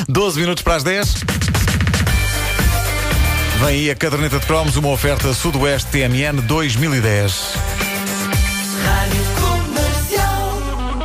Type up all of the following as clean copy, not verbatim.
12 minutos para as 10. Vem aí a caderneta de cromos, uma oferta Sudoeste TMN 2010. Rádio Comercial.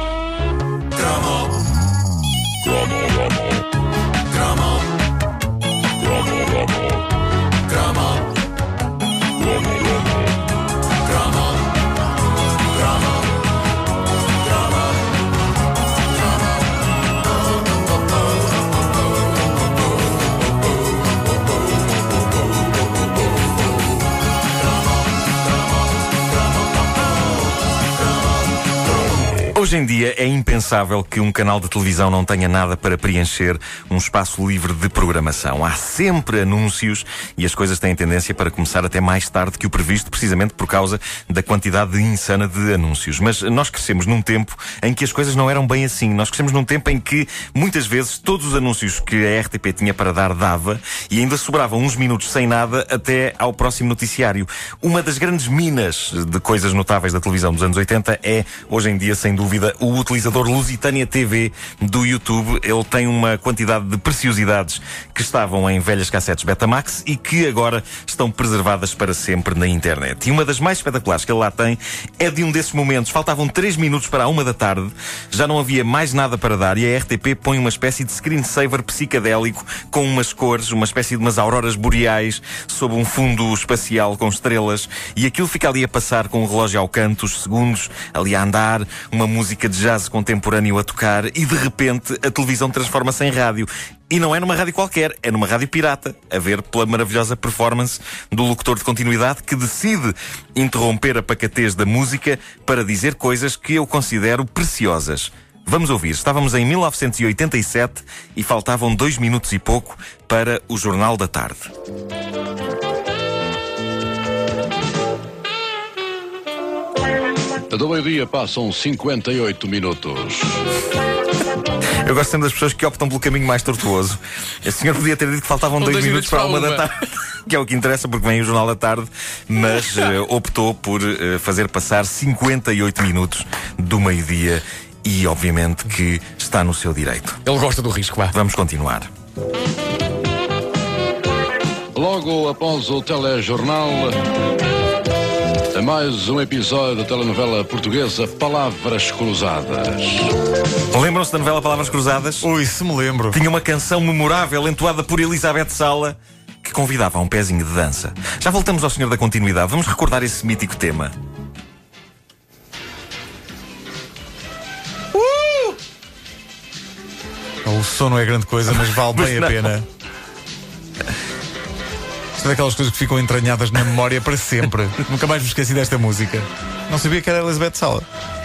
Hoje em dia é impensável que um canal de televisão não tenha nada para preencher um espaço livre de programação. Há sempre anúncios e as coisas têm tendência para começar até mais tarde que o previsto, precisamente por causa da quantidade insana de anúncios. Mas nós crescemos num tempo em que as coisas não eram bem assim. Nós crescemos num tempo em que, muitas vezes, todos os anúncios que a RTP tinha para dar dava e ainda sobravam uns minutos sem nada até ao próximo noticiário. Uma das grandes minas de coisas notáveis da televisão dos anos 80 é, hoje em dia, sem dúvida, o utilizador Lusitânia TV do YouTube. Ele tem uma quantidade de preciosidades que estavam em velhas cassetes Betamax e que agora estão preservadas para sempre na internet. E uma das mais espetaculares que ele lá tem é de um desses momentos. Faltavam 3 minutos para a 1 da tarde, já não havia mais nada para dar e a RTP põe uma espécie de screensaver psicadélico com umas cores, uma espécie de umas auroras boreais sob um fundo espacial com estrelas, e aquilo fica ali a passar com o relógio ao canto, os segundos ali a andar, uma música de jazz contemporâneo a tocar, e de repente a televisão transforma-se em rádio. E não é numa rádio qualquer, é numa rádio pirata, a ver pela maravilhosa performance do locutor de continuidade que decide interromper a pacatez da música para dizer coisas que eu considero preciosas. Vamos ouvir. Estávamos em 1987 e faltavam 2 minutos e pouco para o Jornal da Tarde. Do meio-dia passam 58 minutos. Eu gosto sempre das pessoas que optam pelo caminho mais tortuoso. A senhora podia ter dito que faltavam 2 minutos para a 1 da tarde, que é o que interessa porque vem o Jornal da Tarde, mas optou por fazer passar 58 minutos do meio-dia e obviamente que está no seu direito. Ele gosta do risco, vá. Vamos continuar. Logo após o telejornal, mais um episódio da telenovela portuguesa Palavras Cruzadas. Lembram-se da novela Palavras Cruzadas? Ui, se me lembro. Tinha uma canção memorável entoada por Elizabeth Sala que convidava a um pezinho de dança. Já voltamos ao Senhor da Continuidade. Vamos recordar esse mítico tema. O som não é grande coisa, mas vale bem a pena. São daquelas coisas que ficam entranhadas na memória para sempre. Nunca mais me esqueci desta música. Não sabia que era Elizabeth Sala.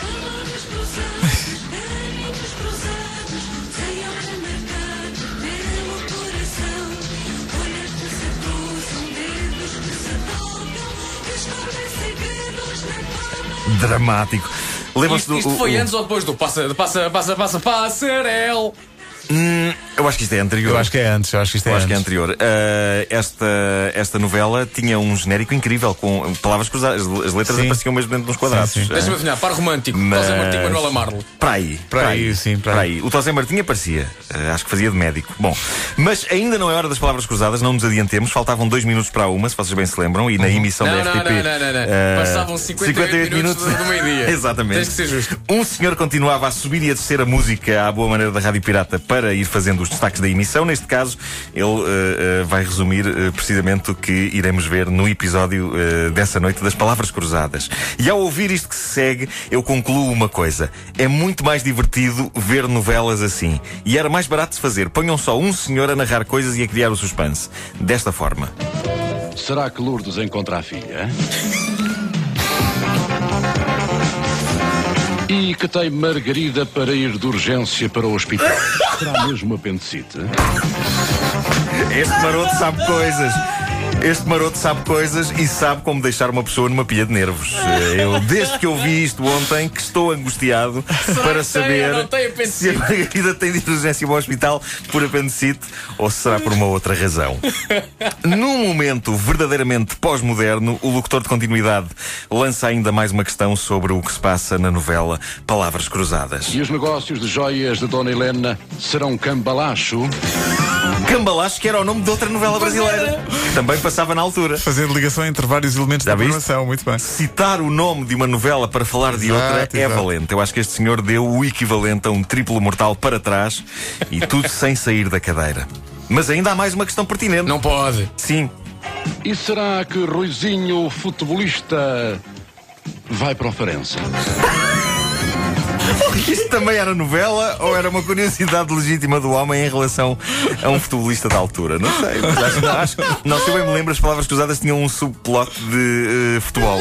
Dramático. Lembram-se do... Isto foi antes ou depois do passarel? Eu acho que isto é anterior. Eu acho que é antes. Eu acho que isto é Eu acho que é antes. anterior. Esta novela tinha um genérico incrível com palavras cruzadas. As letras Sim. apareciam mesmo dentro dos quadrados. Sim, sim. Deixa-me adivinhar, par romântico, Mas- José Martinho, Manuela Marlo. Para aí. Sim, para aí. O José Martinho aparecia. Acho que fazia de médico. Bom, mas ainda não é hora das palavras cruzadas, não nos adiantemos. Faltavam 2 minutos para a 1, se vocês bem se lembram, e na emissão da RTP... Não. Passavam 58 minutos do meio-dia. Exatamente. Tens que ser justo. Um senhor continuava a subir e a descer a música à boa maneira da Rádio Pirata para ir fazendo os destaques da emissão. Neste caso, ele vai resumir precisamente o que iremos ver no episódio dessa noite das Palavras Cruzadas. E ao ouvir isto que se segue, eu concluo uma coisa. É muito mais divertido ver novelas assim. E era mais barato de se fazer. Ponham só um senhor a narrar coisas e a criar o suspense. Desta forma. Será que Lourdes encontra a filha? E que tem Margarida para ir de urgência para o hospital? Será mesmo apendicite? Este maroto sabe coisas. Este maroto sabe coisas e sabe como deixar uma pessoa numa pilha de nervos. Eu, desde que eu vi isto ontem, que estou angustiado para saber se a Margarida tem de ir de urgência ao hospital por apendicite ou se será por uma outra razão. Num momento verdadeiramente pós-moderno, o locutor de continuidade lança ainda mais uma questão sobre o que se passa na novela Palavras Cruzadas. E os negócios de joias de Dona Helena serão cambalacho? Cambalacho, que era o nome de outra novela brasileira, que também passava na altura. Fazendo ligação entre vários elementos da programação, muito bem. Citar o nome de uma novela para falar de outra é valente. Eu acho que este senhor deu o equivalente a um triplo mortal para trás e tudo sem sair da cadeira. Mas ainda há mais uma questão pertinente. Não pode. Sim. E será que Ruizinho, futebolista, vai para o Farense? Isto também era novela ou era uma curiosidade legítima do homem em relação a um futebolista da altura? Não sei, mas acho não, se eu bem me lembro, as Palavras Cruzadas tinham um subplot de futebol.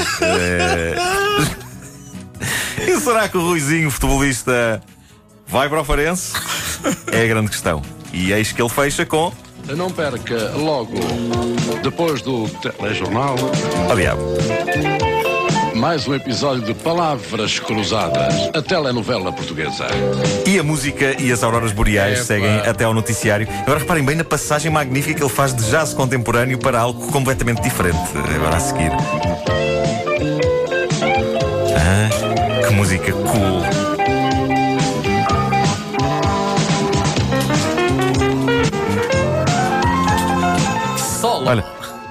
E será que o Ruizinho, futebolista, vai para o Farense? É a grande questão. E eis que ele fecha com... Não perca logo, depois do telejornal, Ó diabo. mais um episódio de Palavras Cruzadas, a telenovela portuguesa. E a música e as auroras boreais Epa. seguem até ao noticiário. Agora reparem bem na passagem magnífica que ele faz de jazz contemporâneo para algo completamente diferente. Agora a seguir. Que música cool. Solo. Olha.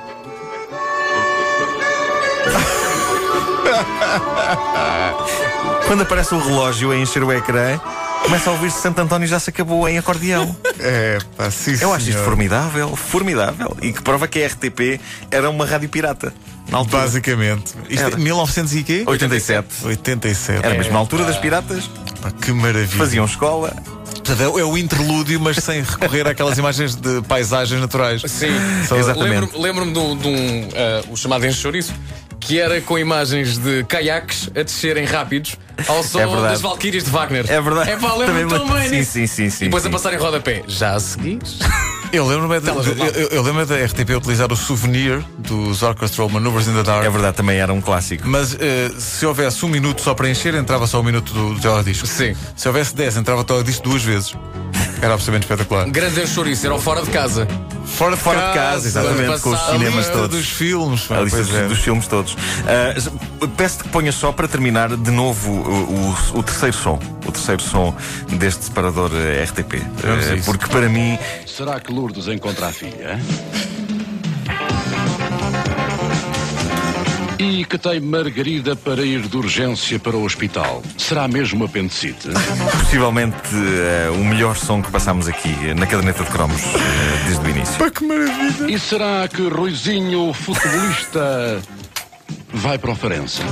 Quando aparece o relógio a encher o ecrã, começa a ouvir-se Santo António já se acabou em acordeão. Sim, Eu acho isto senhor. formidável, formidável. E que prova que a RTP era uma rádio pirata. Na altura. Basicamente. Isto Era. é 1900 e quê? 87. 87. Era mesmo na altura das piratas. Pá, que maravilha. Faziam escola. Portanto, é o interlúdio, mas sem recorrer àquelas imagens de paisagens naturais. Sim. Exatamente. Lembro-me de o chamado enxouriço, que era com imagens de caiaques a descerem rápidos ao som É verdade. das Valquírias de Wagner. É verdade. É pá, lembro-me Também tão bem sim, disso. sim, E depois sim. a passar em rodapé. Já a seguir? Eu lembro-me Telejornal. eu lembro da RTP utilizar o souvenir dos Orchestral Maneuvers in the Dark. É verdade, também era um clássico. Mas se houvesse um minuto só para encher, entrava só um minuto do teledisco. Sim. Se houvesse 10, entrava o teledisco 2 vezes. Era absolutamente espetacular. Grande enxouriço, era o fora de casa. Fora de casa, exatamente, com os passava. cinemas lista todos. dos filmes. A lista Pois é. dos filmes todos. Peço-te que ponha só para terminar de novo o terceiro som. O terceiro som deste separador RTP. Vamos a isso. Porque para mim. Será que Lourdes encontra a filha? E que tem Margarida para ir de urgência para o hospital? Será mesmo apendicite? Possivelmente o melhor som que passámos aqui na caderneta de cromos desde o início. Pá, que maravilha. E será que Ruizinho, futebolista, vai para o Farense?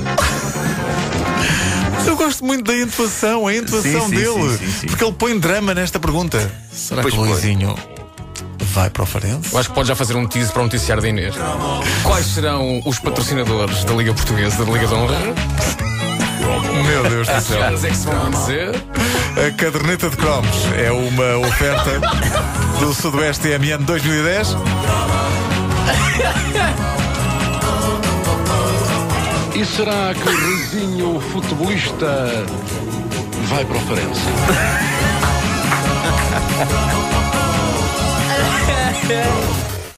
Eu gosto muito da entoação, a entoação Sim, dele. sim. Porque ele põe drama nesta pergunta. Será Pois que o põe. Luizinho vai para o Farense? Eu acho que pode já fazer um teaser para o noticiário da Inês. Quais serão os patrocinadores da Liga Portuguesa, da Liga de Honra? Meu Deus do Que céu. horas é que se vão dizer? A caderneta de cromos é uma oferta do Sudoeste TMN 2010. E será que Ruizinho, futebolista, vai para o Farense?